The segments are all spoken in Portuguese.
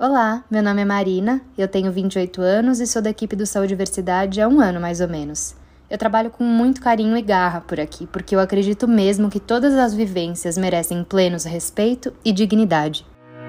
Olá, meu nome é Marina, eu tenho 28 anos e sou da equipe do Saúde e Diversidade há um ano mais ou menos. Eu trabalho com muito carinho e garra por aqui, porque eu acredito mesmo que todas as vivências merecem plenos respeito e dignidade.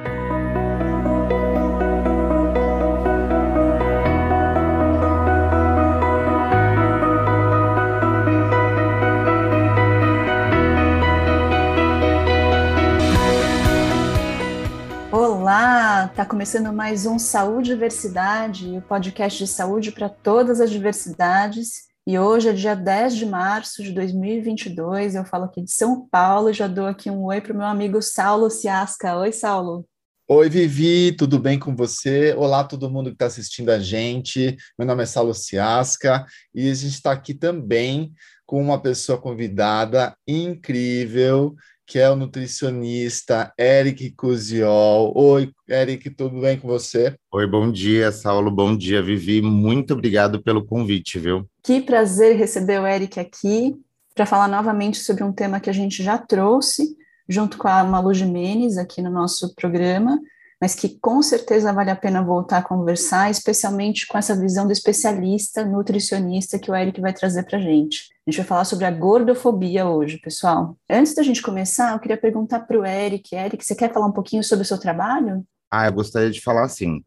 Olá, tá começando mais um Saúde e Diversidade, o podcast de saúde para todas as diversidades. E hoje é dia 10 de março de 2022, eu falo aqui de São Paulo e já dou aqui um oi para o meu amigo Saulo Ciasca. Oi, Saulo. Oi, Vivi, tudo bem com você? Olá, todo mundo que está assistindo a gente. Meu nome é Saulo Ciasca e a gente está aqui também com uma pessoa convidada incrível, que é o nutricionista Eric Cusiol. Oi, Eric, tudo bem com você? Oi, bom dia, Saulo, bom dia, Vivi. Muito obrigado pelo convite, viu? Que prazer receber o Eric aqui para falar novamente sobre um tema que a gente já trouxe, junto com a Malu Gimenez aqui no nosso programa, mas que com certeza vale a pena voltar a conversar, especialmente com essa visão do especialista nutricionista que o Eric vai trazer para a gente. A gente vai falar sobre a gordofobia hoje, pessoal. Antes da gente começar, eu queria perguntar para o Eric. Eric, você quer falar um pouquinho sobre o seu trabalho? Eu gostaria de falar assim.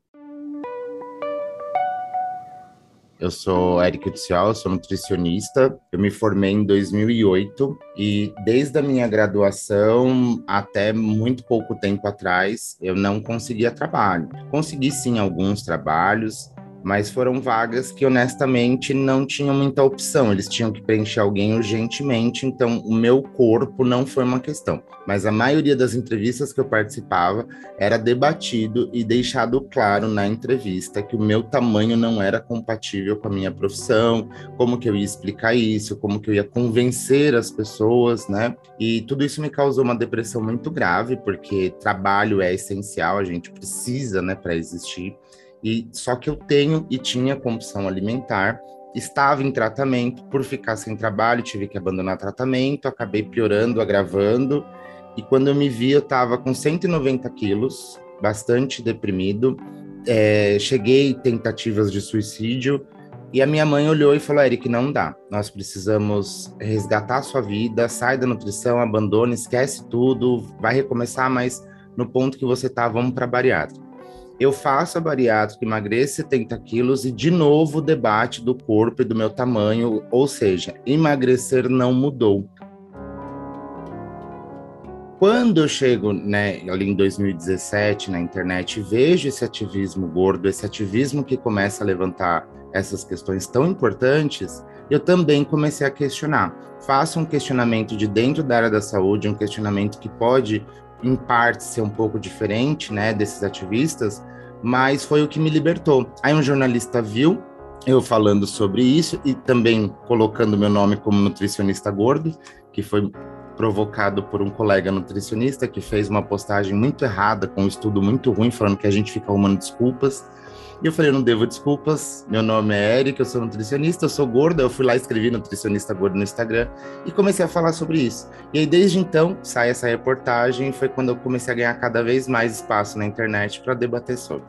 Eu sou Eric Cusiol, eu sou nutricionista. Eu me formei em 2008 e desde a minha graduação até muito pouco tempo atrás eu não conseguia trabalho. Consegui sim alguns trabalhos, mas foram vagas que honestamente não tinham muita opção. Eles tinham que preencher alguém urgentemente, então o meu corpo não foi uma questão. Mas a maioria das entrevistas que eu participava era debatido e deixado claro na entrevista que o meu tamanho não era compatível com a minha profissão, como que eu ia explicar isso, como que eu ia convencer as pessoas, né? E tudo isso me causou uma depressão muito grave, porque trabalho é essencial, a gente precisa, né, para existir. E só que eu tenho e tinha compulsão alimentar, estava em tratamento, por ficar sem trabalho, tive que abandonar tratamento, acabei piorando, agravando, e quando eu me vi, eu estava com 190 quilos, bastante deprimido, cheguei tentativas de suicídio, e a minha mãe olhou e falou: Eric, não dá, nós precisamos resgatar a sua vida, sai da nutrição, abandona, esquece tudo, vai recomeçar, mas no ponto que você tá, vamos para bariátrica. Eu faço a bariátrica, emagreço 70 quilos e, de novo, o debate do corpo e do meu tamanho, ou seja, emagrecer não mudou. Quando eu chego, né, ali em 2017 na internet, vejo esse ativismo gordo, esse ativismo que começa a levantar essas questões tão importantes, eu também comecei a questionar. Faço um questionamento de dentro da área da saúde, um questionamento que pode, em parte, ser um pouco diferente, né, desses ativistas, mas foi o que me libertou. Aí um jornalista viu eu falando sobre isso e também colocando meu nome como nutricionista gordo, que foi provocado por um colega nutricionista que fez uma postagem muito errada, com um estudo muito ruim, falando que a gente fica arrumando desculpas. E eu falei: eu não devo desculpas, meu nome é Eric, eu sou nutricionista, eu sou gorda. Eu fui lá, escrevi nutricionista gordo no Instagram e comecei a falar sobre isso. E aí, desde então, sai essa reportagem e foi quando eu comecei a ganhar cada vez mais espaço na internet para debater sobre.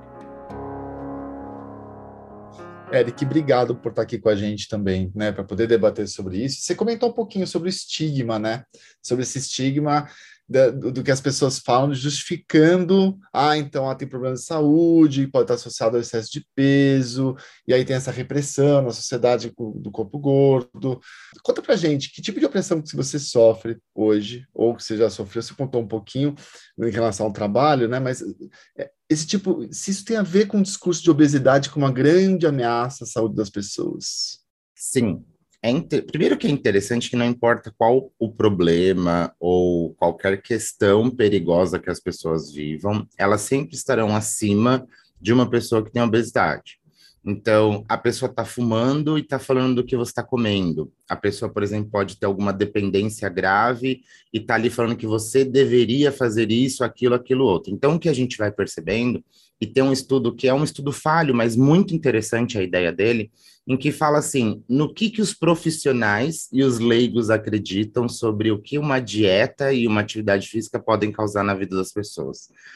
Eric, obrigado por estar aqui com a gente também, né, para poder debater sobre isso. Você comentou um pouquinho sobre o estigma, né, sobre esse estigma do que as pessoas falam, justificando, então ela tem problemas de saúde, pode estar associado ao excesso de peso, e aí tem essa repressão na sociedade do corpo gordo. Conta pra gente, que tipo de opressão que você sofre hoje, ou que você já sofreu? Você contou um pouquinho em relação ao trabalho, né, mas esse tipo, se isso tem a ver com o discurso de obesidade como uma grande ameaça à saúde das pessoas. Sim. Primeiro que é interessante que não importa qual o problema ou qualquer questão perigosa que as pessoas vivam, elas sempre estarão acima de uma pessoa que tem obesidade. Então, a pessoa está fumando e está falando do que você está comendo. A pessoa, por exemplo, pode ter alguma dependência grave e está ali falando que você deveria fazer isso, aquilo, outro. Então, o que a gente vai percebendo, e tem um estudo que é um estudo falho, mas muito interessante a ideia dele, em que fala assim, no que os profissionais e os leigos acreditam sobre o que uma dieta e uma atividade física podem causar na vida das pessoas.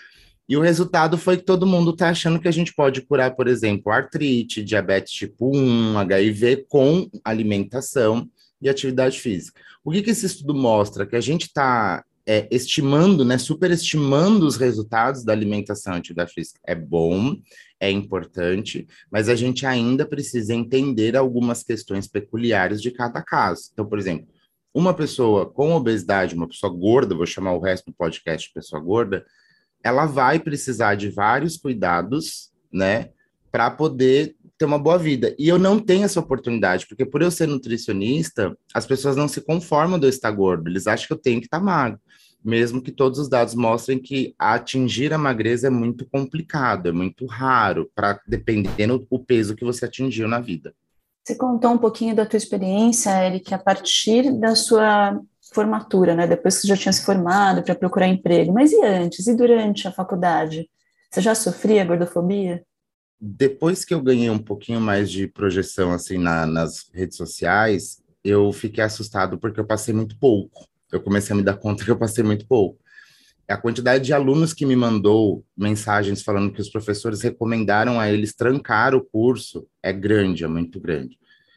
E o resultado foi que todo mundo está achando que a gente pode curar, por exemplo, artrite, diabetes tipo 1, HIV com alimentação e atividade física. O que esse estudo mostra? Que a gente está estimando, né, superestimando os resultados da alimentação e atividade física. É bom, é importante, mas a gente ainda precisa entender algumas questões peculiares de cada caso. Então, por exemplo, uma pessoa com obesidade, uma pessoa gorda, vou chamar o resto do podcast de pessoa gorda, ela vai precisar de vários cuidados, né, para poder ter uma boa vida. E eu não tenho essa oportunidade, porque por eu ser nutricionista, as pessoas não se conformam de eu estar gordo, eles acham que eu tenho que estar magro, mesmo que todos os dados mostrem que atingir a magreza é muito complicado, é muito raro, para dependendo do peso que você atingiu na vida. Você contou um pouquinho da tua experiência, Eric, a partir da sua formatura, né? Depois que você já tinha se formado para procurar emprego. Mas e antes? E durante a faculdade? Você já sofria gordofobia? Depois que eu ganhei um pouquinho mais de projeção assim nas redes sociais, eu fiquei assustado porque eu passei muito pouco. Eu comecei a me dar conta que eu passei muito pouco. A quantidade de alunos que me mandou mensagens falando que os professores recomendaram a eles trancar o curso é grande, é muito grande.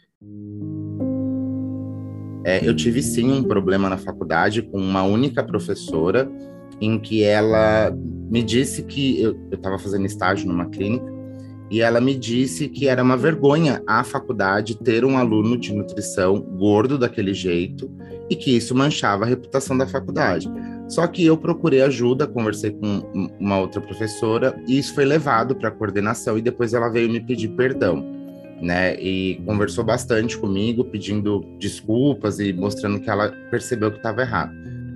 Eu tive sim um problema na faculdade com uma única professora, em que ela me disse que eu estava fazendo estágio numa clínica, e ela me disse que era uma vergonha a faculdade ter um aluno de nutrição gordo daquele jeito, e que isso manchava a reputação da faculdade. Só que eu procurei ajuda, conversei com uma outra professora, e isso foi levado para a coordenação, e depois ela veio me pedir perdão, né? E conversou bastante comigo, pedindo desculpas e mostrando que ela percebeu que estava errado.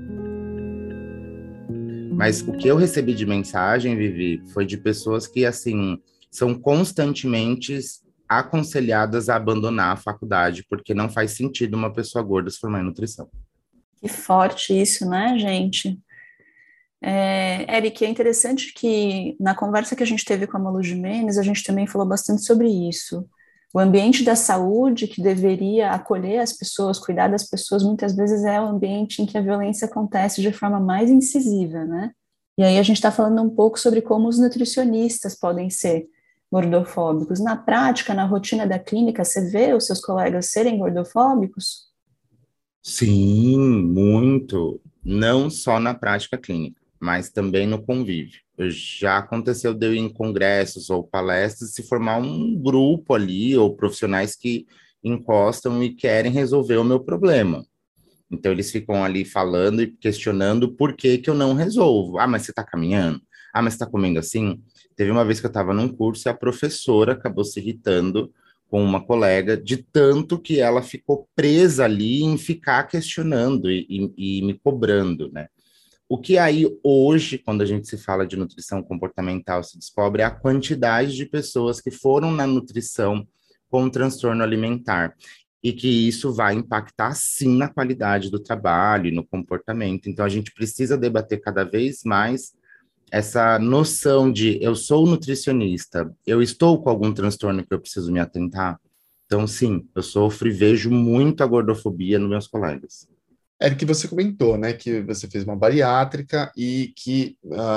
Mas o que eu recebi de mensagem, Vivi, foi de pessoas que, assim, são constantemente aconselhadas a abandonar a faculdade, porque não faz sentido uma pessoa gorda se formar em nutrição. Que forte isso, né, gente? Eric, é interessante que na conversa que a gente teve com a Malu Gimenez, a gente também falou bastante sobre isso. O ambiente da saúde que deveria acolher as pessoas, cuidar das pessoas, muitas vezes é o ambiente em que a violência acontece de forma mais incisiva, né? E aí a gente está falando um pouco sobre como os nutricionistas podem ser gordofóbicos. Na prática, na rotina da clínica, você vê os seus colegas serem gordofóbicos? Sim, muito. Não só na prática clínica, mas também no convívio. Já aconteceu de eu ir em congressos ou palestras e se formar um grupo ali, ou profissionais que encostam e querem resolver o meu problema. Então, eles ficam ali falando e questionando por que que eu não resolvo. Ah, mas você está caminhando? Ah, mas você está comendo assim? Teve uma vez que eu estava num curso e a professora acabou se irritando com uma colega de tanto que ela ficou presa ali em ficar questionando e me cobrando, né? O que aí hoje, quando a gente se fala de nutrição comportamental, se descobre a quantidade de pessoas que foram na nutrição com transtorno alimentar e que isso vai impactar sim na qualidade do trabalho e no comportamento. Então a gente precisa debater cada vez mais essa noção de eu sou nutricionista, eu estou com algum transtorno que eu preciso me atentar. Então sim, eu sofro e vejo muito a gordofobia nos meus colegas. Que você comentou, né, que você fez uma bariátrica e que,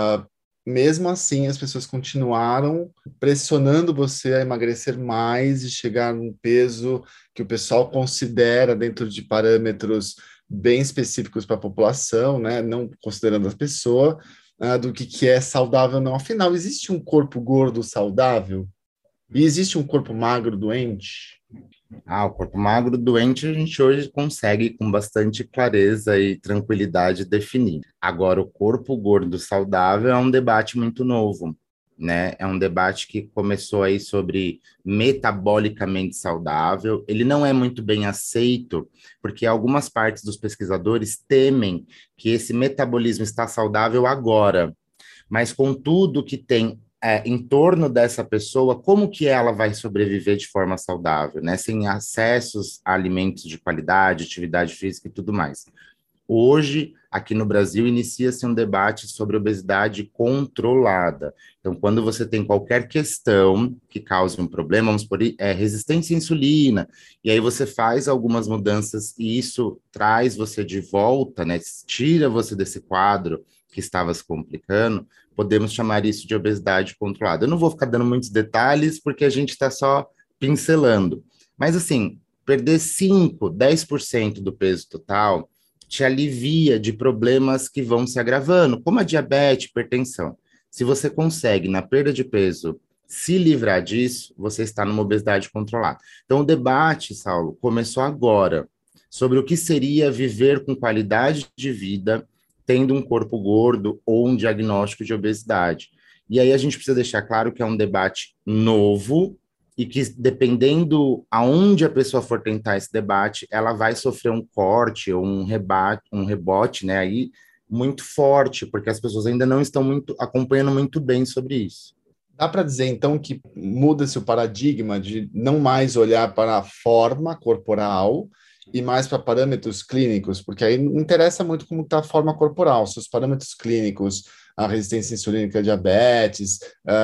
mesmo assim, as pessoas continuaram pressionando você a emagrecer mais e chegar num peso que o pessoal considera dentro de parâmetros bem específicos para a população, né, não considerando a pessoa, do que é saudável ou não. Afinal, existe um corpo gordo saudável? E existe um corpo magro doente? O corpo magro doente a gente hoje consegue com bastante clareza e tranquilidade definir. Agora, o corpo gordo saudável é um debate muito novo, né? É um debate que começou aí sobre metabolicamente saudável. Ele não é muito bem aceito, porque algumas partes dos pesquisadores temem que esse metabolismo está saudável agora, mas com tudo que tem em torno dessa pessoa, como que ela vai sobreviver de forma saudável, né? Sem acessos a alimentos de qualidade, atividade física e tudo mais. Hoje, aqui no Brasil, inicia-se um debate sobre obesidade controlada. Então, quando você tem qualquer questão que cause um problema, vamos por resistência à insulina, e aí você faz algumas mudanças e isso traz você de volta, né? Tira você desse quadro que estava se complicando, podemos chamar isso de obesidade controlada. Eu não vou ficar dando muitos detalhes, porque a gente está só pincelando. Mas, assim, perder 5, 10% do peso total te alivia de problemas que vão se agravando, como a diabetes, hipertensão. Se você consegue, na perda de peso, se livrar disso, você está numa obesidade controlada. Então, o debate, Saulo, começou agora sobre o que seria viver com qualidade de vida, tendo um corpo gordo ou um diagnóstico de obesidade. E aí a gente precisa deixar claro que é um debate novo e que, dependendo aonde a pessoa for tentar esse debate, ela vai sofrer um corte ou um rebote, né, aí muito forte, porque as pessoas ainda não estão acompanhando muito bem sobre isso. Dá para dizer, então, que muda-se o paradigma de não mais olhar para a forma corporal e mais para parâmetros clínicos, porque aí não interessa muito como está a forma corporal, se os parâmetros clínicos, a resistência insulínica, diabetes,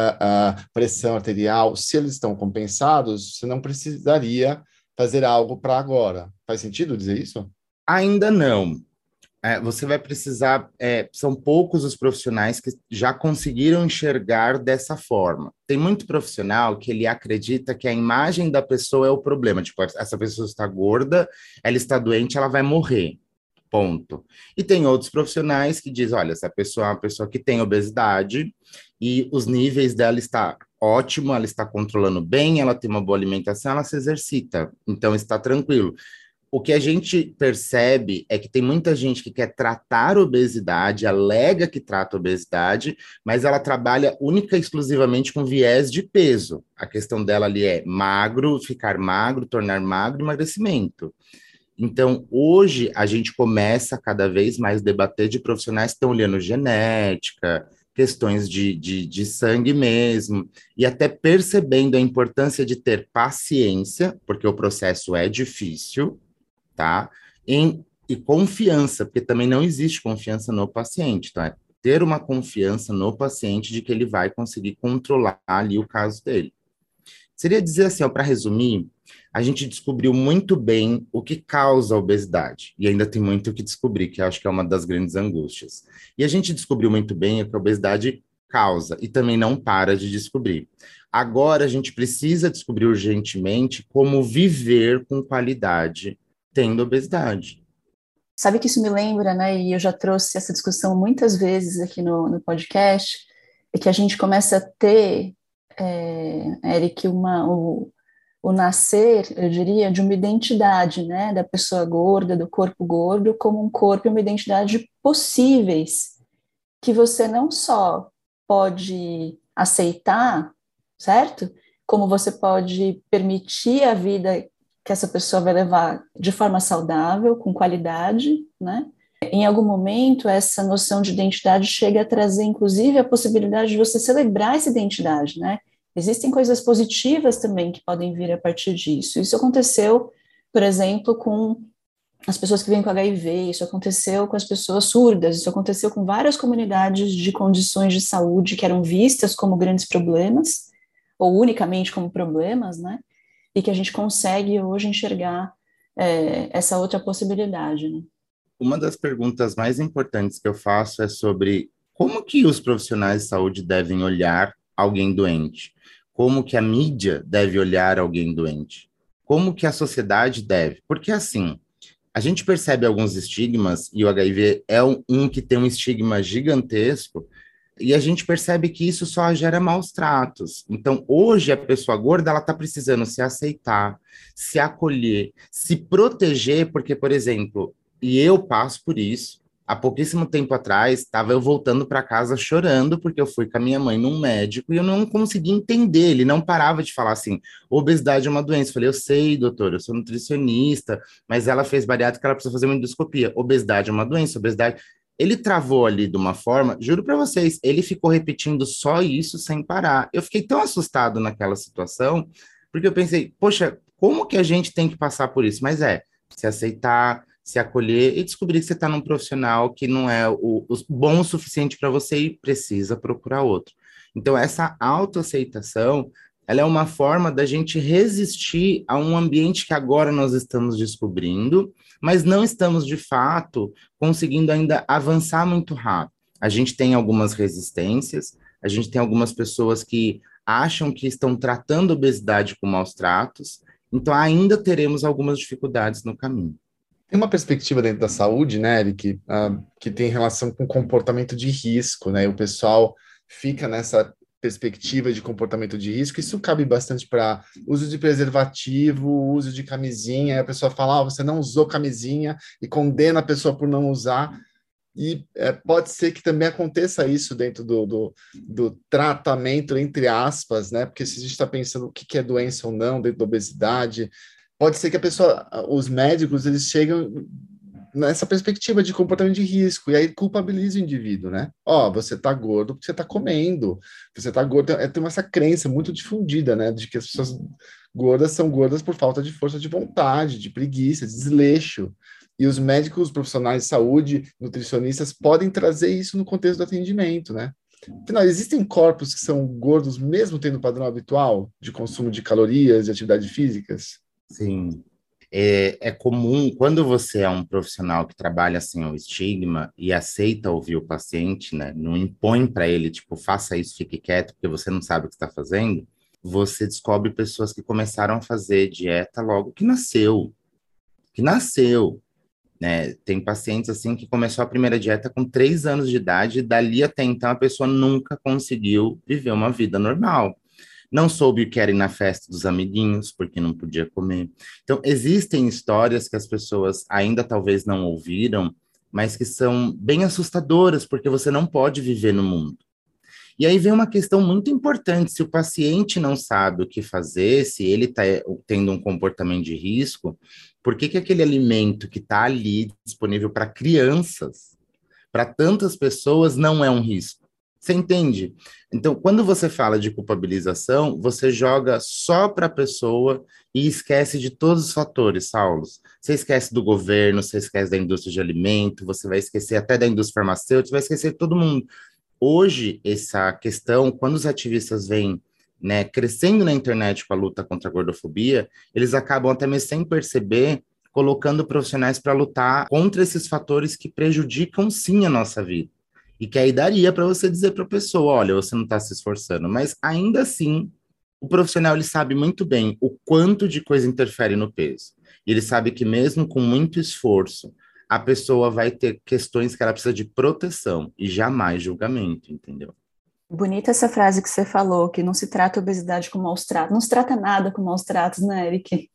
a pressão arterial, se eles estão compensados, você não precisaria fazer algo para agora. Faz sentido dizer isso? Ainda não. Você vai precisar, são poucos os profissionais que já conseguiram enxergar dessa forma. Tem muito profissional que ele acredita que a imagem da pessoa é o problema, tipo, essa pessoa está gorda, ela está doente, ela vai morrer, ponto. E tem outros profissionais que dizem, olha, essa pessoa é uma pessoa que tem obesidade e os níveis dela está ótimo, ela está controlando bem, ela tem uma boa alimentação, ela se exercita, então está tranquilo. O que a gente percebe é que tem muita gente que quer tratar obesidade, alega que trata obesidade, mas ela trabalha única e exclusivamente com viés de peso. A questão dela ali é magro, ficar magro, tornar magro, emagrecimento. Então, hoje, a gente começa cada vez mais a debater de profissionais que estão olhando genética, questões de sangue mesmo, e até percebendo a importância de ter paciência, porque o processo é difícil, tá? E confiança, porque também não existe confiança no paciente, tá? Ter uma confiança no paciente de que ele vai conseguir controlar ali o caso dele. Seria dizer assim, para resumir, a gente descobriu muito bem o que causa a obesidade, e ainda tem muito o que descobrir, que eu acho que é uma das grandes angústias. E a gente descobriu muito bem o que a obesidade causa, e também não para de descobrir. Agora a gente precisa descobrir urgentemente como viver com qualidade tendo obesidade. Sabe que isso me lembra, né, e eu já trouxe essa discussão muitas vezes aqui no podcast, é que a gente começa a ter, Eric, o nascer, eu diria, de uma identidade, né, da pessoa gorda, do corpo gordo, como um corpo e uma identidade possíveis, que você não só pode aceitar, certo? Como você pode permitir a vida que essa pessoa vai levar de forma saudável, com qualidade, né? Em algum momento, essa noção de identidade chega a trazer, inclusive, a possibilidade de você celebrar essa identidade, né? Existem coisas positivas também que podem vir a partir disso. Isso aconteceu, por exemplo, com as pessoas que vêm com HIV, isso aconteceu com as pessoas surdas, isso aconteceu com várias comunidades de condições de saúde que eram vistas como grandes problemas, ou unicamente como problemas, né? E que a gente consegue hoje enxergar essa outra possibilidade, né? Uma das perguntas mais importantes que eu faço é sobre como que os profissionais de saúde devem olhar alguém doente, como que a mídia deve olhar alguém doente, como que a sociedade deve, porque assim, a gente percebe alguns estigmas, e o HIV é um que tem um estigma gigantesco, e a gente percebe que isso só gera maus tratos. Então, hoje, a pessoa gorda, ela está precisando se aceitar, se acolher, se proteger, porque, por exemplo, e eu passo por isso, há pouquíssimo tempo atrás, estava eu voltando para casa chorando, porque eu fui com a minha mãe num médico e eu não conseguia entender, ele não parava de falar assim, obesidade é uma doença. Eu falei, eu sei, doutor, eu sou nutricionista, mas ela fez bariátrica, ela precisa fazer uma endoscopia. Obesidade é uma doença, obesidade... Ele travou ali de uma forma, juro para vocês, ele ficou repetindo só isso sem parar. Eu fiquei tão assustado naquela situação, porque eu pensei, poxa, como que a gente tem que passar por isso? Mas se aceitar, se acolher e descobrir que você está num profissional que não é o bom o suficiente para você e precisa procurar outro. Então, essa autoaceitação, ela é uma forma da gente resistir a um ambiente que agora nós estamos descobrindo, mas não estamos, de fato, conseguindo ainda avançar muito rápido. A gente tem algumas resistências, a gente tem algumas pessoas que acham que estão tratando a obesidade com maus tratos, então ainda teremos algumas dificuldades no caminho. Tem uma perspectiva dentro da saúde, né, Eric, que tem relação com comportamento de risco, né? E o pessoal fica nessa perspectiva de comportamento de risco. Isso cabe bastante para uso de preservativo, uso de camisinha. A pessoa fala, você não usou camisinha e condena a pessoa por não usar. E pode ser que também aconteça isso dentro do tratamento, entre aspas, né? Porque se a gente está pensando o que é doença ou não dentro da obesidade, pode ser que a pessoa, os médicos, eles chegam nessa perspectiva de comportamento de risco, e aí culpabiliza o indivíduo, né? Você tá gordo porque você tá comendo, você tá gordo, tem essa crença muito difundida, né, de que as pessoas gordas são gordas por falta de força de vontade, de preguiça, de desleixo, e os médicos, os profissionais de saúde, nutricionistas, podem trazer isso no contexto do atendimento, né? Afinal, existem corpos que são gordos mesmo tendo padrão habitual de consumo de calorias e atividades físicas? Sim, é comum, quando você é um profissional que trabalha sem o estigma e aceita ouvir o paciente, né, não impõe para ele, tipo, faça isso, fique quieto, porque você não sabe o que está fazendo, você descobre pessoas que começaram a fazer dieta logo que nasceu, né? Tem pacientes, assim, que começou a primeira dieta com 3 anos de idade, e dali até então a pessoa nunca conseguiu viver uma vida normal. Não soube o que era ir na festa dos amiguinhos, porque não podia comer. Então, existem histórias que as pessoas ainda talvez não ouviram, mas que são bem assustadoras, porque você não pode viver no mundo. E aí vem uma questão muito importante: se o paciente não sabe o que fazer, se ele está tendo um comportamento de risco, por que aquele alimento que está ali disponível para crianças, para tantas pessoas, não é um risco? Você entende? Então, quando você fala de culpabilização, você joga só para a pessoa e esquece de todos os fatores, Saulo. Você esquece do governo, você esquece da indústria de alimento, você vai esquecer até da indústria farmacêutica, vai esquecer de todo mundo. Hoje, essa questão, quando os ativistas vêm, né, crescendo na internet com a luta contra a gordofobia, eles acabam até mesmo sem perceber, colocando profissionais para lutar contra esses fatores que prejudicam sim a nossa vida. E que aí daria para você dizer para a pessoa, olha, você não está se esforçando, mas ainda assim, o profissional ele sabe muito bem o quanto de coisa interfere no peso. E ele sabe que mesmo com muito esforço, a pessoa vai ter questões que ela precisa de proteção e jamais julgamento, entendeu? Bonita essa frase que você falou, que não se trata a obesidade com maus tratos. Não se trata nada com maus tratos, né, Eric?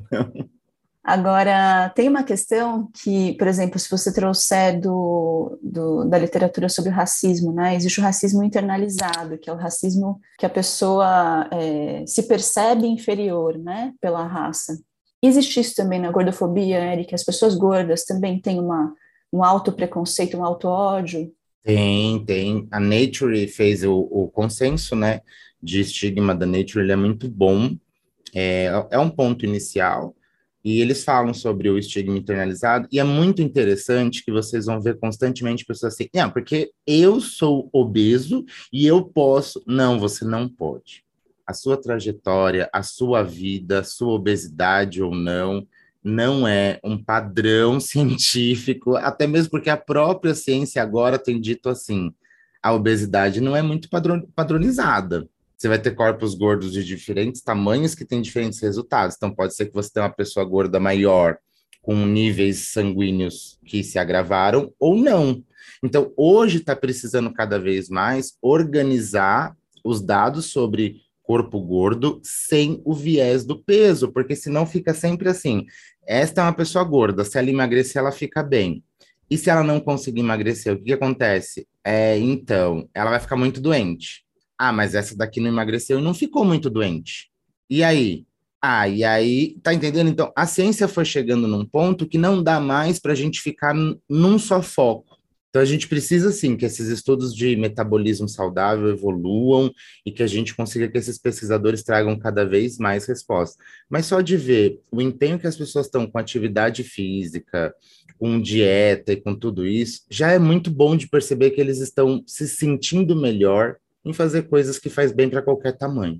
Agora, tem uma questão que, por exemplo, se você trouxer da literatura sobre o racismo, né, existe o racismo internalizado, que é o racismo que a pessoa se percebe inferior, né, pela raça. Existe isso também na gordofobia, Eric? As pessoas gordas também têm um autopreconceito, um auto-ódio? Tem. A Nature fez o consenso, né, de estigma da Nature, ele é muito bom, é um ponto inicial. E eles falam sobre o estigma internalizado, e é muito interessante que vocês vão ver constantemente pessoas assim, não, porque eu sou obeso e eu posso. Não, você não pode. A sua trajetória, a sua vida, a sua obesidade ou não é um padrão científico, até mesmo porque a própria ciência agora tem dito assim, a obesidade não é muito padronizada. Você vai ter corpos gordos de diferentes tamanhos que têm diferentes resultados. Então, pode ser que você tenha uma pessoa gorda maior, com níveis sanguíneos que se agravaram, ou não. Então, hoje está precisando cada vez mais organizar os dados sobre corpo gordo sem o viés do peso, porque senão fica sempre assim. Esta é uma pessoa gorda, se ela emagrecer, ela fica bem. E se ela não conseguir emagrecer, o que acontece? Então, ela vai ficar muito doente. Ah, mas essa daqui não emagreceu e não ficou muito doente. E aí? E aí, tá entendendo? Então, a ciência foi chegando num ponto que não dá mais para a gente ficar num só foco. Então, a gente precisa, sim, que esses estudos de metabolismo saudável evoluam e que a gente consiga que esses pesquisadores tragam cada vez mais respostas. Mas só de ver o empenho que as pessoas estão com atividade física, com dieta e com tudo isso, já é muito bom de perceber que eles estão se sentindo melhor em fazer coisas que faz bem para qualquer tamanho.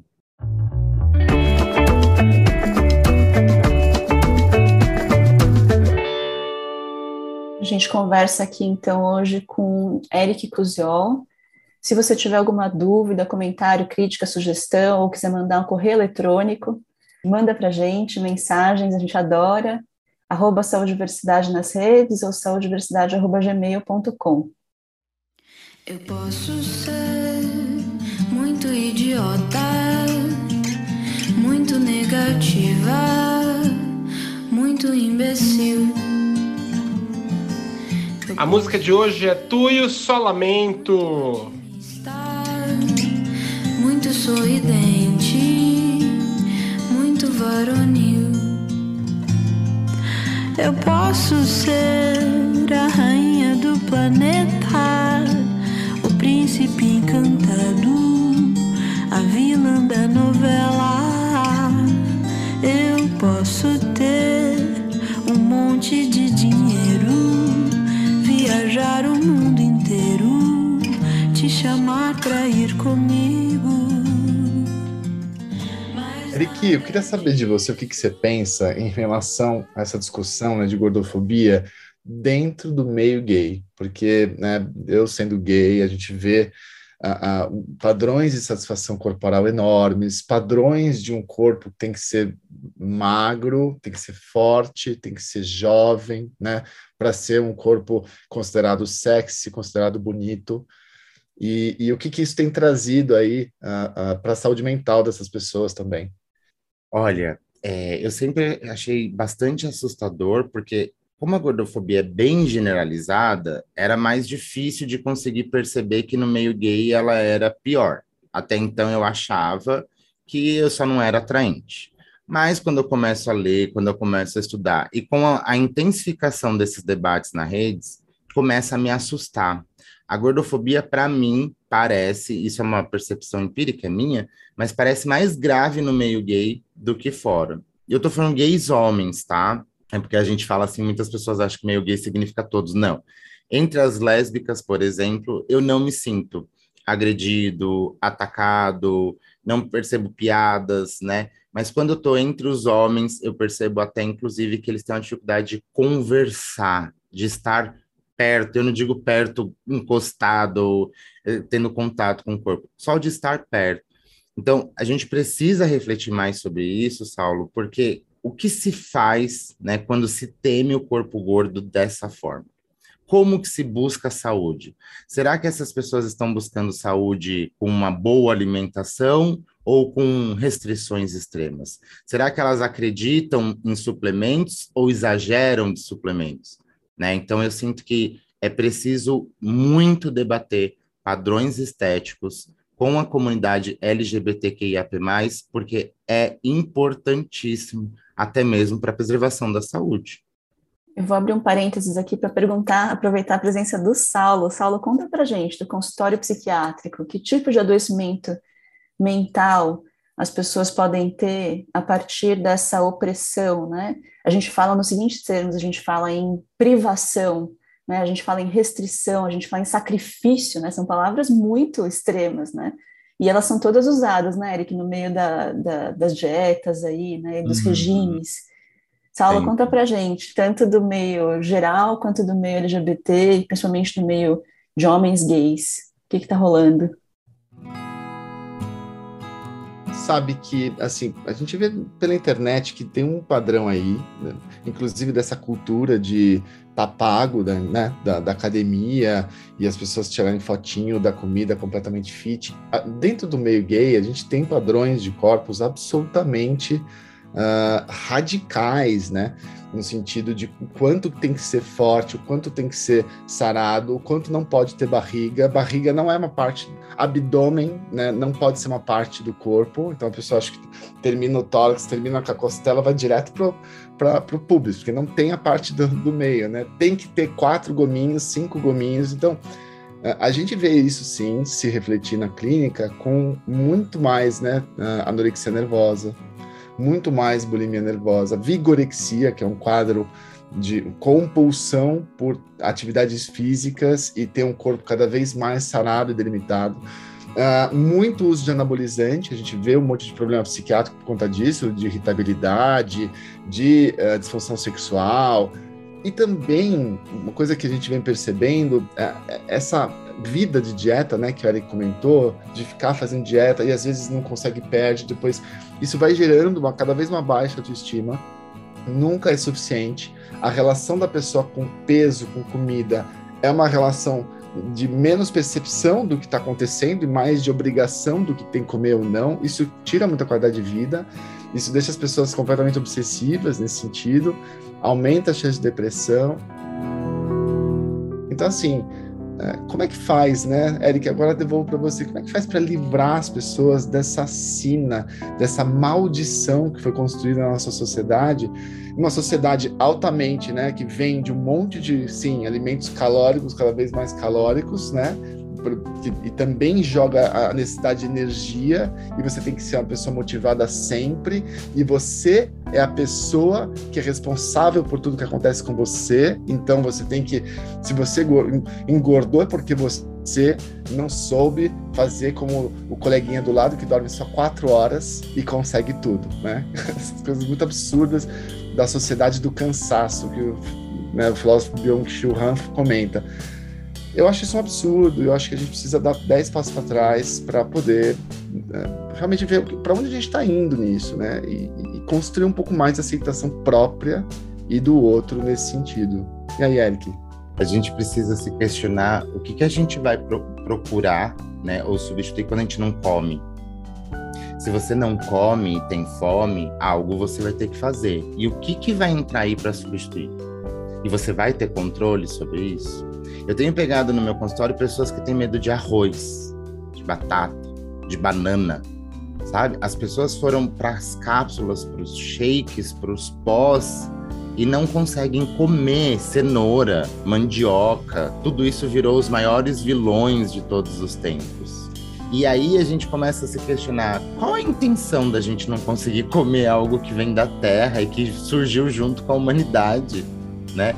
A gente conversa aqui, então, hoje com Eric Cusiol. Se você tiver alguma dúvida, comentário, crítica, sugestão, ou quiser mandar um correio eletrônico, manda para a gente mensagens, a gente adora, @saudiversidade nas redes ou saudiversidade@gmail.com. Eu posso ser muito idiota, muito negativa, muito imbecil. A música de hoje é Tuyo Solamento. Muito sorridente, muito varonil. Eu posso ser a rainha do planeta, o príncipe encantado, a vilã da novela. Eu posso ter um monte de dinheiro, viajar o mundo inteiro, te chamar pra ir comigo. Eric, eu queria saber de você o que você pensa em relação a essa discussão, né, de gordofobia dentro do meio gay, porque, né, eu sendo gay, a gente vê padrões de satisfação corporal enormes, padrões de um corpo que tem que ser magro, tem que ser forte, tem que ser jovem, né, para ser um corpo considerado sexy, considerado bonito. E o que isso tem trazido aí para a saúde mental dessas pessoas também? Olha, eu sempre achei bastante assustador, porque como a gordofobia é bem generalizada, era mais difícil de conseguir perceber que no meio gay ela era pior. Até então eu achava que eu só não era atraente. Mas quando eu começo a ler, quando eu começo a estudar, e com a intensificação desses debates nas redes, começa a me assustar. A gordofobia, para mim, parece, isso é uma percepção empírica minha, mas parece mais grave no meio gay do que fora. E eu tô falando gays homens, tá? É porque a gente fala assim, muitas pessoas acham que meio gay significa todos. Não. Entre as lésbicas, por exemplo, eu não me sinto agredido, atacado, não percebo piadas, né? Mas quando eu tô entre os homens, eu percebo até, inclusive, que eles têm uma dificuldade de conversar, de estar perto. Eu não digo perto, encostado, tendo contato com o corpo, só de estar perto. Então, a gente precisa refletir mais sobre isso, Saulo, porque o que se faz, né, quando se teme o corpo gordo dessa forma? Como que se busca saúde? Será que essas pessoas estão buscando saúde com uma boa alimentação ou com restrições extremas? Será que elas acreditam em suplementos ou exageram de suplementos? Né? Então, eu sinto que é preciso muito debater padrões estéticos com a comunidade LGBTQIAP+, porque é importantíssimo, até mesmo para a preservação da saúde. Eu vou abrir um parênteses aqui para perguntar, aproveitar a presença do Saulo. Saulo, conta para gente, do consultório psiquiátrico, que tipo de adoecimento mental as pessoas podem ter a partir dessa opressão, né? A gente fala nos seguintes termos, a gente fala em privação, né? A gente fala em restrição, a gente fala em sacrifício, né? São palavras muito extremas, né? E elas são todas usadas, né, Eric, no meio das dietas aí, né, dos regimes. Saulo, conta pra gente, tanto do meio geral quanto do meio LGBT, e principalmente do meio de homens gays. O que tá rolando? Sabe que, assim, a gente vê pela internet que tem um padrão aí, né, inclusive dessa cultura de tá pago, né, da academia, e as pessoas tirarem fotinho da comida completamente fit. Dentro do meio gay, a gente tem padrões de corpos absolutamente radicais, né? No sentido de o quanto tem que ser forte, o quanto tem que ser sarado, o quanto não pode ter barriga. Barriga não é uma parte, abdômen, né? Não pode ser uma parte do corpo. Então a pessoa acha que termina o tórax, termina com a costela, vai direto para o público, porque não tem a parte do meio, né? Tem que ter 4 gominhos, 5 gominhos. Então a gente vê isso sim se refletir na clínica com muito mais, né? Anorexia nervosa, muito mais bulimia nervosa, vigorexia, que é um quadro de compulsão por atividades físicas e ter um corpo cada vez mais sarado e delimitado. Muito uso de anabolizante, a gente vê um monte de problema psiquiátrico por conta disso, de irritabilidade, de disfunção sexual. E também, uma coisa que a gente vem percebendo, essa vida de dieta, né, que o Eric comentou, de ficar fazendo dieta e às vezes não consegue, perde, depois isso vai gerando cada vez uma baixa autoestima, nunca é suficiente. A relação da pessoa com peso, com comida, é uma relação de menos percepção do que está acontecendo e mais de obrigação do que tem que comer ou não. Isso tira muita qualidade de vida, isso deixa as pessoas completamente obsessivas nesse sentido, aumenta a chance de depressão. Então, assim, como é que faz, né, Eric? Agora eu devolvo para você. Como é que faz para livrar as pessoas dessa sina, dessa maldição que foi construída na nossa sociedade? Uma sociedade altamente, né, que vende um monte de, sim, alimentos calóricos, cada vez mais calóricos, né, e também joga a necessidade de energia, e você tem que ser uma pessoa motivada sempre, e você é a pessoa que é responsável por tudo que acontece com você. Então você tem que, se você engordou, é porque você não soube fazer como o coleguinha do lado que dorme só 4 horas e consegue tudo, né? Essas coisas muito absurdas da sociedade do cansaço que o filósofo Byung-Chul Han comenta. Eu acho isso um absurdo, eu acho que a gente precisa dar 10 passos para trás para poder realmente ver para onde a gente está indo nisso, né? E construir um pouco mais de aceitação própria e do outro nesse sentido. E aí, Eric? A gente precisa se questionar o que a gente vai procurar, né, ou substituir quando a gente não come. Se você não come e tem fome, algo você vai ter que fazer. E o que vai entrar aí para substituir? E você vai ter controle sobre isso? Eu tenho pegado no meu consultório pessoas que têm medo de arroz, de batata, de banana, sabe? As pessoas foram para as cápsulas, para os shakes, para os pós e não conseguem comer cenoura, mandioca. Tudo isso virou os maiores vilões de todos os tempos. E aí a gente começa a se questionar qual a intenção da gente não conseguir comer algo que vem da terra e que surgiu junto com a humanidade, né?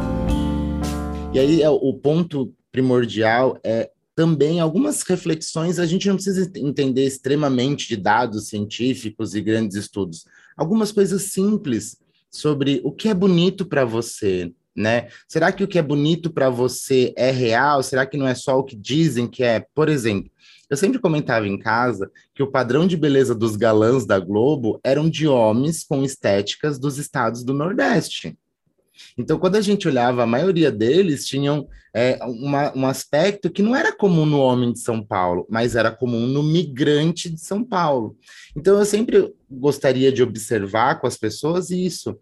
E aí o ponto primordial é também algumas reflexões. A gente não precisa entender extremamente de dados científicos e grandes estudos. Algumas coisas simples sobre o que é bonito para você, né? Será que o que é bonito para você é real? Será que não é só o que dizem que é? Por exemplo, eu sempre comentava em casa que o padrão de beleza dos galãs da Globo eram de homens com estéticas dos estados do Nordeste. Então, quando a gente olhava, a maioria deles tinham um aspecto que não era comum no homem de São Paulo, mas era comum no migrante de São Paulo. Então, eu sempre gostaria de observar com as pessoas isso.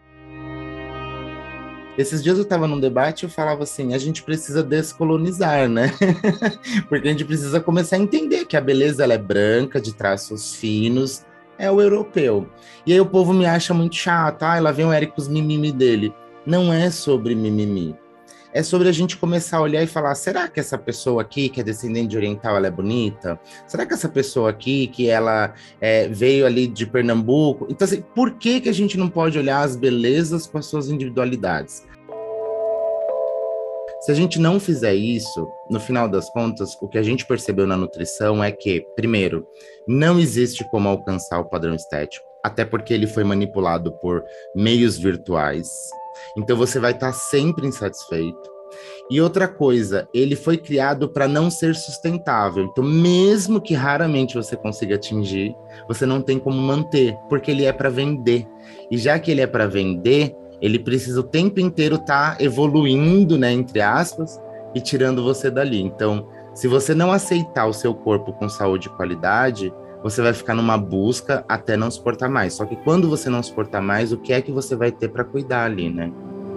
Esses dias eu estava num debate e eu falava assim, a gente precisa descolonizar, né? Porque a gente precisa começar a entender que a beleza ela é branca, de traços finos, é o europeu. E aí o povo me acha muito chato, lá vem o Eric com os mimimi dele. Não é sobre mimimi. É sobre a gente começar a olhar e falar, será que essa pessoa aqui, que é descendente de oriental, ela é bonita? Será que essa pessoa aqui, que ela veio ali de Pernambuco? Então, assim, por que a gente não pode olhar as belezas com as suas individualidades? Se a gente não fizer isso, no final das contas, o que a gente percebeu na nutrição é que, primeiro, não existe como alcançar o padrão estético, até porque ele foi manipulado por meios virtuais. Então você vai estar sempre insatisfeito. E outra coisa, ele foi criado para não ser sustentável. Então, mesmo que raramente você consiga atingir, você não tem como manter, porque ele é para vender. E já que ele é para vender, ele precisa o tempo inteiro estar evoluindo, né, entre aspas, e tirando você dali. Então, se você não aceitar o seu corpo com saúde e qualidade, você vai ficar numa busca até não suportar mais. Só que quando você não suportar mais, o que é que você vai ter para cuidar ali, né?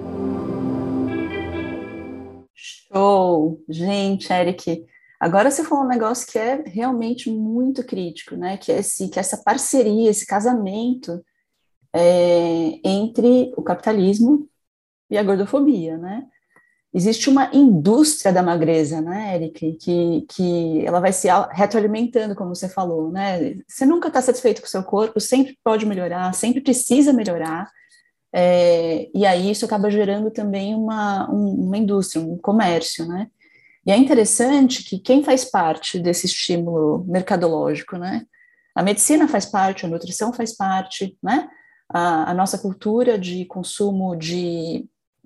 Show! Gente, Eric, agora você falou um negócio que é realmente muito crítico, né? Que é essa parceria, esse casamento entre o capitalismo e a gordofobia, né? Existe uma indústria da magreza, né, Eric, que ela vai se retroalimentando, como você falou, né? Você nunca está satisfeito com o seu corpo, sempre pode melhorar, sempre precisa melhorar, e aí isso acaba gerando também uma indústria, um comércio, né? E é interessante que quem faz parte desse estímulo mercadológico, né? A medicina faz parte, a nutrição faz parte, né? A nossa cultura de consumo de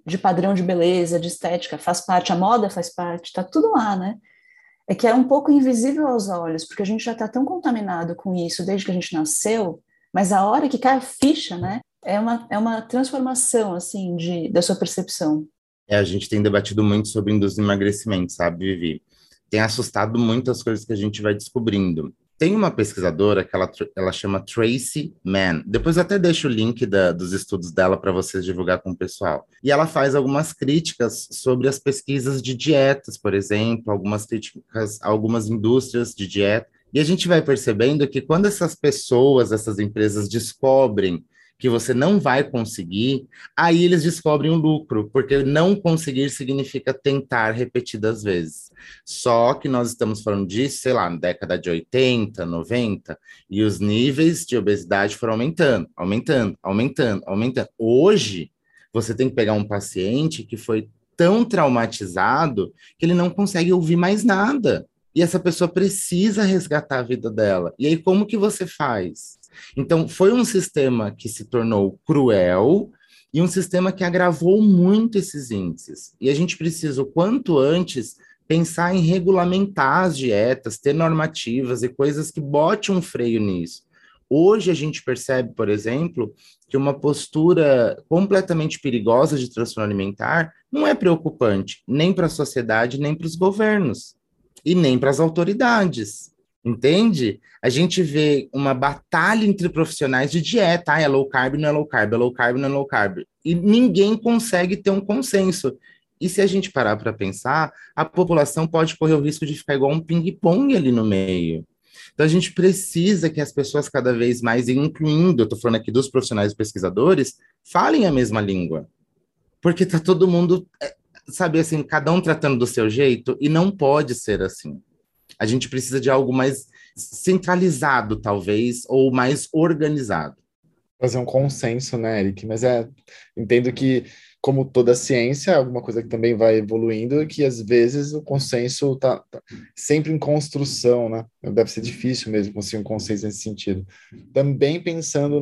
de padrão de beleza, de estética, faz parte, a moda faz parte, está tudo lá, né? É que é um pouco invisível aos olhos, porque a gente já está tão contaminado com isso desde que a gente nasceu, mas a hora que cai a ficha, né, é uma transformação, assim, da sua percepção. A gente tem debatido muito sobre indústria do emagrecimento, sabe, Vivi? Tem assustado muito as coisas que a gente vai descobrindo. Tem uma pesquisadora que ela chama Tracy Mann. Depois eu até deixo o link dos estudos dela para vocês divulgar com o pessoal. E ela faz algumas críticas sobre as pesquisas de dietas, por exemplo, algumas críticas a algumas indústrias de dieta. E a gente vai percebendo que quando essas pessoas, essas empresas descobrem que você não vai conseguir, aí eles descobrem o lucro, porque não conseguir significa tentar repetidas vezes. Só que nós estamos falando disso, sei lá, na década de 80, 90, e os níveis de obesidade foram aumentando, aumentando, aumentando, aumentando. Hoje, você tem que pegar um paciente que foi tão traumatizado que ele não consegue ouvir mais nada. E essa pessoa precisa resgatar a vida dela. E aí, como que você faz? Então, foi um sistema que se tornou cruel e um sistema que agravou muito esses índices. E a gente precisa, o quanto antes, pensar em regulamentar as dietas, ter normativas e coisas que botem um freio nisso. Hoje a gente percebe, por exemplo, que uma postura completamente perigosa de transtorno alimentar não é preocupante, nem para a sociedade, nem para os governos, e nem para as autoridades. Entende? A gente vê uma batalha entre profissionais de dieta. É low carb, não é low carb, é low carb, não é low carb. E ninguém consegue ter um consenso. E se a gente parar para pensar, a população pode correr o risco de ficar igual um ping-pong ali no meio. Então a gente precisa que as pessoas cada vez mais, incluindo, eu estou falando aqui dos profissionais e pesquisadores, falem a mesma língua. Porque está todo mundo, sabe assim, cada um tratando do seu jeito, e não pode ser assim. A gente precisa de algo mais centralizado, talvez, ou mais organizado. Fazer um consenso, né, Eric? Mas entendo que, como toda ciência, alguma coisa que também vai evoluindo, e que às vezes o consenso está sempre em construção, né? Deve ser difícil mesmo conseguir um consenso nesse sentido. Também pensando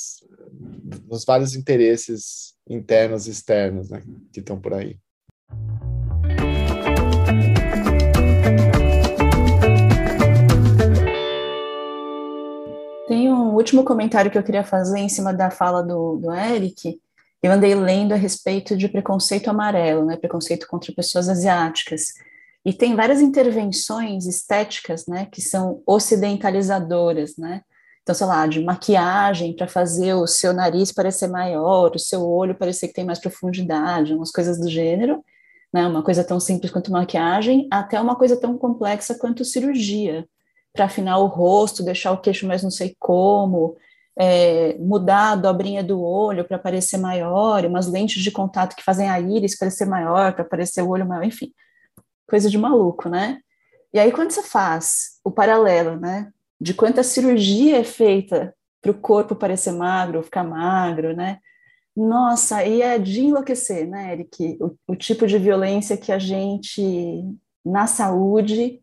nos vários interesses internos e externos, né, que estão por aí. Tem um último comentário que eu queria fazer em cima da fala do Eric. Eu andei lendo a respeito de preconceito amarelo, né, preconceito contra pessoas asiáticas. E tem várias intervenções estéticas, né, que são ocidentalizadoras, né? Então, sei lá, de maquiagem para fazer o seu nariz parecer maior, o seu olho parecer que tem mais profundidade, umas coisas do gênero, né? Uma coisa tão simples quanto maquiagem, até uma coisa tão complexa quanto cirurgia, para afinar o rosto, deixar o queixo mais não sei como, mudar a dobrinha do olho para parecer maior, umas lentes de contato que fazem a íris parecer maior, para parecer o olho maior, enfim, coisa de maluco, né? E aí quando você faz o paralelo, né, de quanta cirurgia é feita para o corpo parecer magro, ficar magro, né? Nossa, aí é de enlouquecer, né, Eric? O tipo de violência que a gente, na saúde,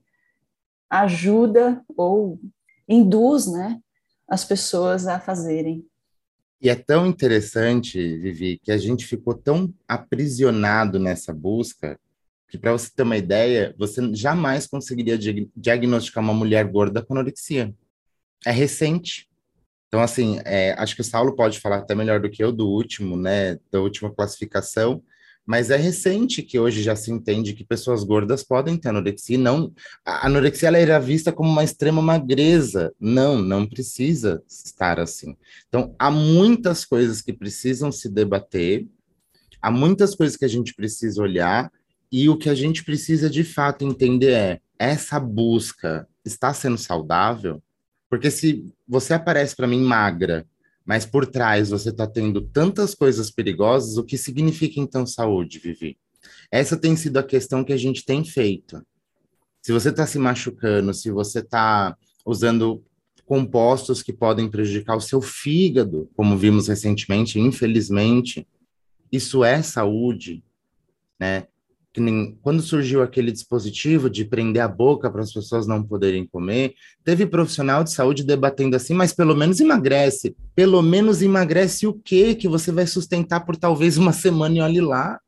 ajuda ou induz, né, as pessoas a fazerem. E é tão interessante, Vivi, que a gente ficou tão aprisionado nessa busca que, para você ter uma ideia, você jamais conseguiria diagnosticar uma mulher gorda com anorexia. É recente. Então, assim, acho que o Saulo pode falar até melhor do que eu do último, né, da última classificação, mas é recente que hoje já se entende que pessoas gordas podem ter anorexia. Não, a anorexia ela era vista como uma extrema magreza. Não precisa estar assim. Então, há muitas coisas que precisam se debater, há muitas coisas que a gente precisa olhar, e o que a gente precisa de fato entender essa busca está sendo saudável? Porque se você aparece para mim magra, mas por trás você está tendo tantas coisas perigosas, o que significa então saúde, Vivi? Essa tem sido a questão que a gente tem feito. Se você está se machucando, se você está usando compostos que podem prejudicar o seu fígado, como vimos recentemente, infelizmente, isso é saúde, né? Que nem, quando surgiu aquele dispositivo de prender a boca para as pessoas não poderem comer, teve profissional de saúde debatendo assim, mas pelo menos emagrece. Pelo menos emagrece o quê? Que você vai sustentar por talvez uma semana e olhe lá.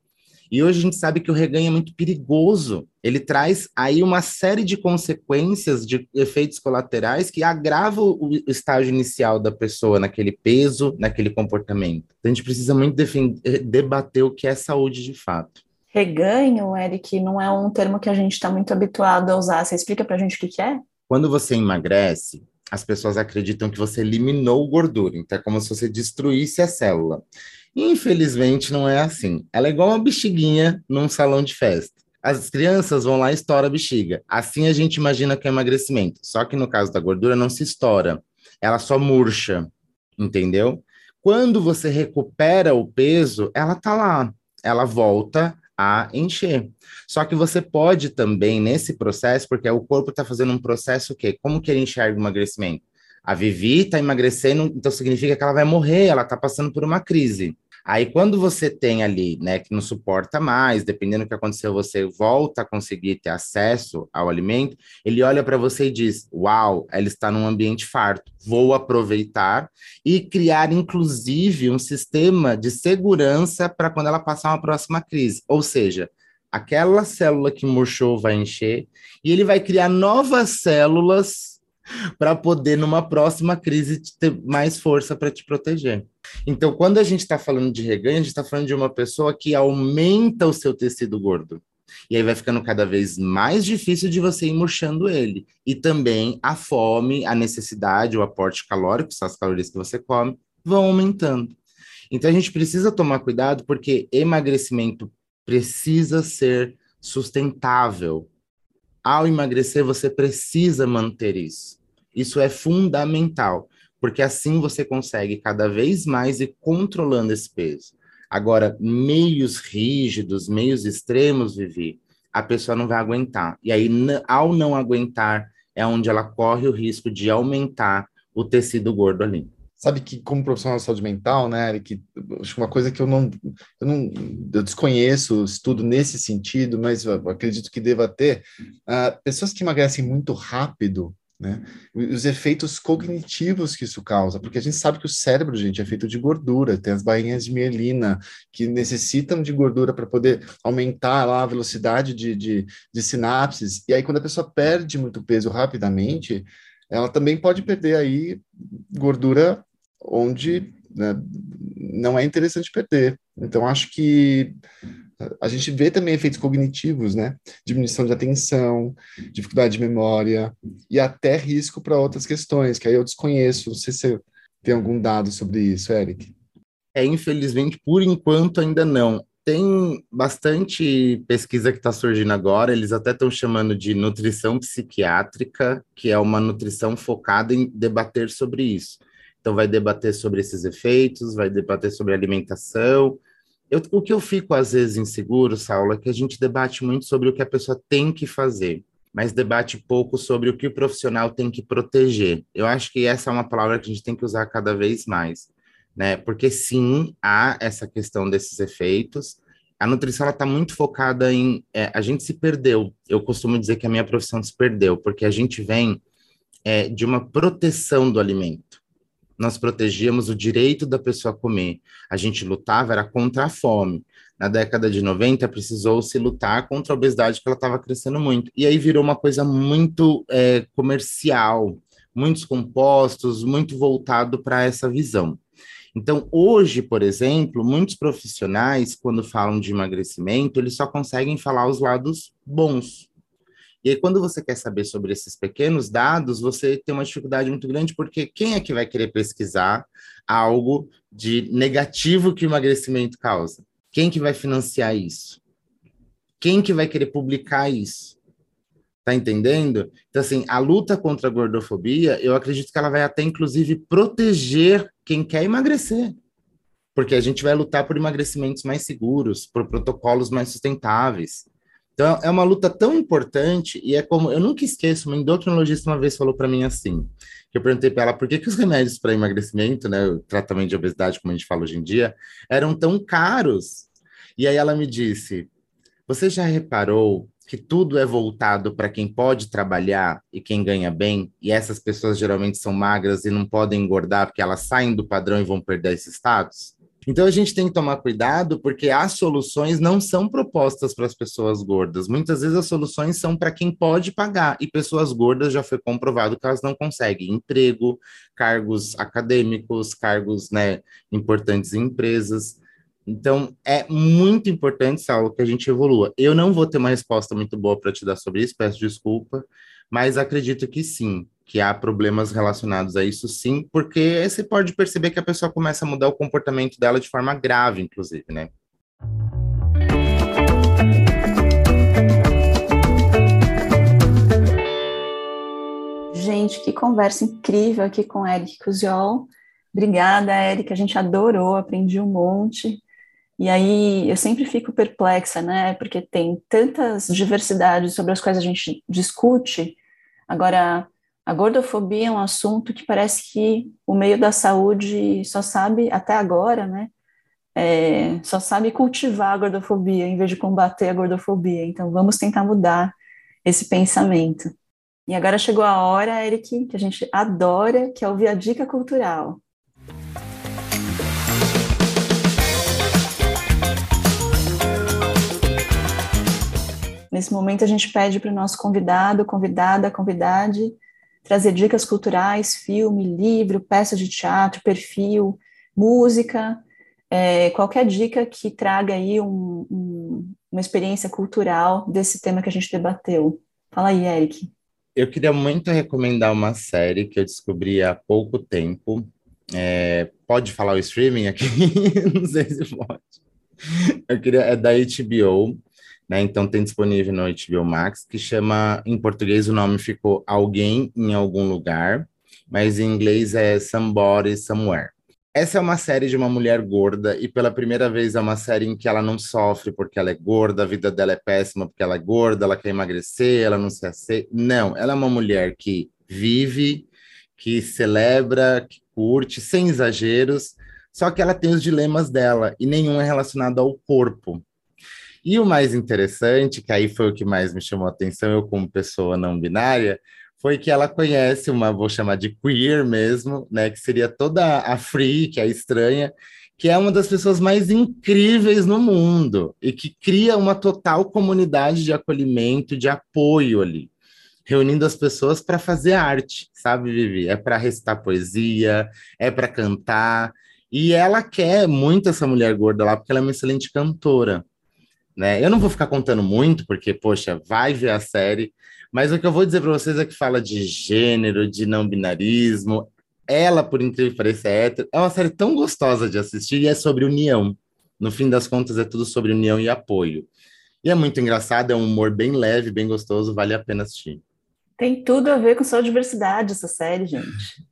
E hoje a gente sabe que o reganho é muito perigoso. Ele traz aí uma série de consequências, de efeitos colaterais que agravam o estágio inicial da pessoa naquele peso, naquele comportamento. Então, a gente precisa muito debater o que é saúde de fato. Reganho, Eric, não é um termo que a gente está muito habituado a usar. Você explica para a gente o que é? Quando você emagrece, as pessoas acreditam que você eliminou gordura. Então, é como se você destruísse a célula. Infelizmente, não é assim. Ela é igual uma bexiguinha num salão de festa. As crianças vão lá e estouram a bexiga. Assim a gente imagina que é emagrecimento. Só que no caso da gordura não se estoura. Ela só murcha, entendeu? Quando você recupera o peso, ela tá lá. Ela volta a encher. Só que você pode também, nesse processo, porque o corpo está fazendo um processo que, como que ele enxerga o emagrecimento? A Vivi está emagrecendo, então significa que ela vai morrer, ela está passando por uma crise. Aí, quando você tem ali, né, que não suporta mais, dependendo do que aconteceu, você volta a conseguir ter acesso ao alimento, ele olha para você e diz, uau, ela está num ambiente farto, vou aproveitar e criar, inclusive, um sistema de segurança para quando ela passar uma próxima crise. Ou seja, aquela célula que murchou vai encher e ele vai criar novas células para poder, numa próxima crise, ter mais força para te proteger. Então, quando a gente está falando de reganho, a gente está falando de uma pessoa que aumenta o seu tecido gordo. E aí vai ficando cada vez mais difícil de você ir murchando ele. E também a fome, a necessidade, o aporte calórico, são as calorias que você come, vão aumentando. Então, a gente precisa tomar cuidado porque emagrecimento precisa ser sustentável. Ao emagrecer, você precisa manter isso. Isso é fundamental, porque assim você consegue cada vez mais ir controlando esse peso. Agora, meios rígidos, meios extremos, Vivi, a pessoa não vai aguentar. E aí, ao não aguentar, é onde ela corre o risco de aumentar o tecido gordo ali. Sabe que, como profissional de saúde mental, né, Eric, acho que uma coisa que eu desconheço, estudo nesse sentido, mas eu acredito que deva ter, pessoas que emagrecem muito rápido, né, os efeitos cognitivos que isso causa, porque a gente sabe que o cérebro, gente, é feito de gordura, tem as bainhas de mielina, que necessitam de gordura para poder aumentar lá a velocidade de sinapses, e aí quando a pessoa perde muito peso rapidamente, ela também pode perder aí gordura onde, né, não é interessante perder. Então, acho que a gente vê também efeitos cognitivos, né? Diminuição de atenção, dificuldade de memória e até risco para outras questões, que aí eu desconheço. Não sei se você tem algum dado sobre isso, Eric. Infelizmente, por enquanto, ainda não. Tem bastante pesquisa que está surgindo agora, eles até estão chamando de nutrição psiquiátrica, que é uma nutrição focada em debater sobre isso. Então, vai debater sobre esses efeitos, vai debater sobre alimentação. O que eu fico, às vezes, inseguro, Saulo, é que a gente debate muito sobre o que a pessoa tem que fazer, mas debate pouco sobre o que o profissional tem que proteger. Eu acho que essa é uma palavra que a gente tem que usar cada vez mais, né? Porque, sim, há essa questão desses efeitos. A nutrição está muito focada em... a gente se perdeu. Eu costumo dizer que a minha profissão se perdeu, porque a gente vem de uma proteção do alimento. Nós protegíamos o direito da pessoa a comer. A gente lutava, era contra a fome. Na década de 90, precisou-se lutar contra a obesidade, que ela estava crescendo muito. E aí virou uma coisa muito comercial, muitos compostos, muito voltado para essa visão. Então, hoje, por exemplo, muitos profissionais, quando falam de emagrecimento, eles só conseguem falar os lados bons. E aí, quando você quer saber sobre esses pequenos dados, você tem uma dificuldade muito grande, porque quem é que vai querer pesquisar algo de negativo que o emagrecimento causa? Quem que vai financiar isso? Quem que vai querer publicar isso? Tá entendendo? Então, assim, a luta contra a gordofobia, eu acredito que ela vai até, inclusive, proteger quem quer emagrecer. Porque a gente vai lutar por emagrecimentos mais seguros, por protocolos mais sustentáveis. Então, é uma luta tão importante, e é como, eu nunca esqueço, uma endocrinologista uma vez falou para mim assim, que eu perguntei para ela por que os remédios para emagrecimento, né, o tratamento de obesidade, como a gente fala hoje em dia, eram tão caros. E aí ela me disse, você já reparou que tudo é voltado para quem pode trabalhar e quem ganha bem, e essas pessoas geralmente são magras e não podem engordar porque elas saem do padrão e vão perder esse status? Então a gente tem que tomar cuidado porque as soluções não são propostas para as pessoas gordas. Muitas vezes as soluções são para quem pode pagar, e pessoas gordas já foi comprovado que elas não conseguem emprego, cargos acadêmicos, cargos, né, importantes em empresas. Então é muito importante, Saulo, que a gente evolua. Eu não vou ter uma resposta muito boa para te dar sobre isso, peço desculpa, mas acredito que sim, que há problemas relacionados a isso sim, porque você pode perceber que a pessoa começa a mudar o comportamento dela de forma grave, inclusive, né? Gente, que conversa incrível aqui com Eric Cosiol. Obrigada, Eric, a gente adorou, aprendi um monte. E aí eu sempre fico perplexa, né? Porque tem tantas diversidades sobre as quais a gente discute. Agora, a gordofobia é um assunto que parece que o meio da saúde só sabe, até agora, né? Só sabe cultivar a gordofobia em vez de combater a gordofobia. Então, vamos tentar mudar esse pensamento. E agora chegou a hora, Eric, que a gente adora, que é ouvir a dica cultural. Nesse momento, a gente pede para o nosso convidado, convidada, convidade, trazer dicas culturais, filme, livro, peça de teatro, perfil, música, qualquer dica que traga aí uma experiência cultural desse tema que a gente debateu. Fala aí, Eric. Eu queria muito recomendar uma série que eu descobri há pouco tempo. Pode falar o streaming aqui? Não sei se pode. É da HBO, né? Então tem disponível no HBO Max, que chama, em português o nome ficou Alguém em Algum Lugar, mas em inglês é Somebody Somewhere. Essa é uma série de uma mulher gorda, e pela primeira vez é uma série em que ela não sofre porque ela é gorda, a vida dela é péssima porque ela é gorda, ela quer emagrecer, ela não se aceita. Não, ela é uma mulher que vive, que celebra, que curte, sem exageros, só que ela tem os dilemas dela, e nenhum é relacionado ao corpo. E o mais interessante, que aí foi o que mais me chamou a atenção, eu como pessoa não binária, foi que ela conhece uma, vou chamar de queer mesmo, né, que seria toda a freak, a estranha, que é uma das pessoas mais incríveis no mundo e que cria uma total comunidade de acolhimento, de apoio ali, reunindo as pessoas para fazer arte, sabe, Vivi? É para recitar poesia, é para cantar, e ela quer muito essa mulher gorda lá, porque ela é uma excelente cantora, né? Eu não vou ficar contando muito, porque, poxa, vai ver a série, mas o que eu vou dizer para vocês é que fala de gênero, de não binarismo. Ela, por incrível que pareça, é hétero. É uma série tão gostosa de assistir e é sobre união. No fim das contas, é tudo sobre união e apoio. E é muito engraçado, é um humor bem leve, bem gostoso, vale a pena assistir. Tem tudo a ver com sua diversidade, essa série, gente.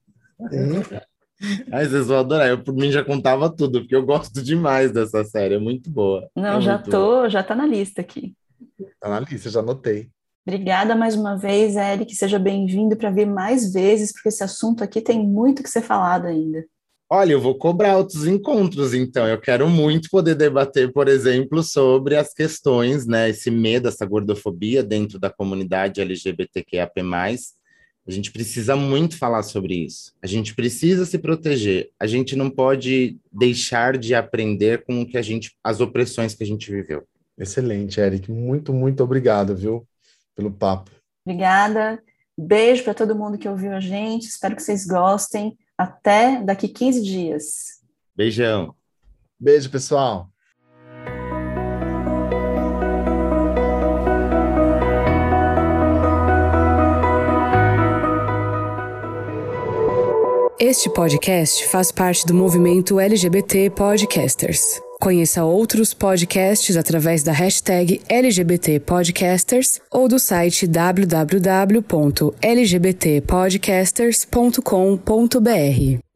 Ai, vocês vão adorar. Eu, por mim, já contava tudo, porque eu gosto demais dessa série, é muito boa. Não, já tá na lista aqui. Tá na lista, já anotei. Obrigada mais uma vez, Eric, seja bem-vindo para vir mais vezes, porque esse assunto aqui tem muito que ser falado ainda. Olha, eu vou cobrar outros encontros, então. Eu quero muito poder debater, por exemplo, sobre as questões, né, esse medo, essa gordofobia dentro da comunidade LGBTQIAP+. A gente precisa muito falar sobre isso. A gente precisa se proteger. A gente não pode deixar de aprender com as opressões que a gente viveu. Excelente, Eric. Muito, muito obrigado, viu, pelo papo. Obrigada. Beijo para todo mundo que ouviu a gente. Espero que vocês gostem. Até daqui 15 dias. Beijão. Beijo, pessoal. Este podcast faz parte do movimento LGBT Podcasters. Conheça outros podcasts através da hashtag LGBT Podcasters ou do site www.lgbtpodcasters.com.br.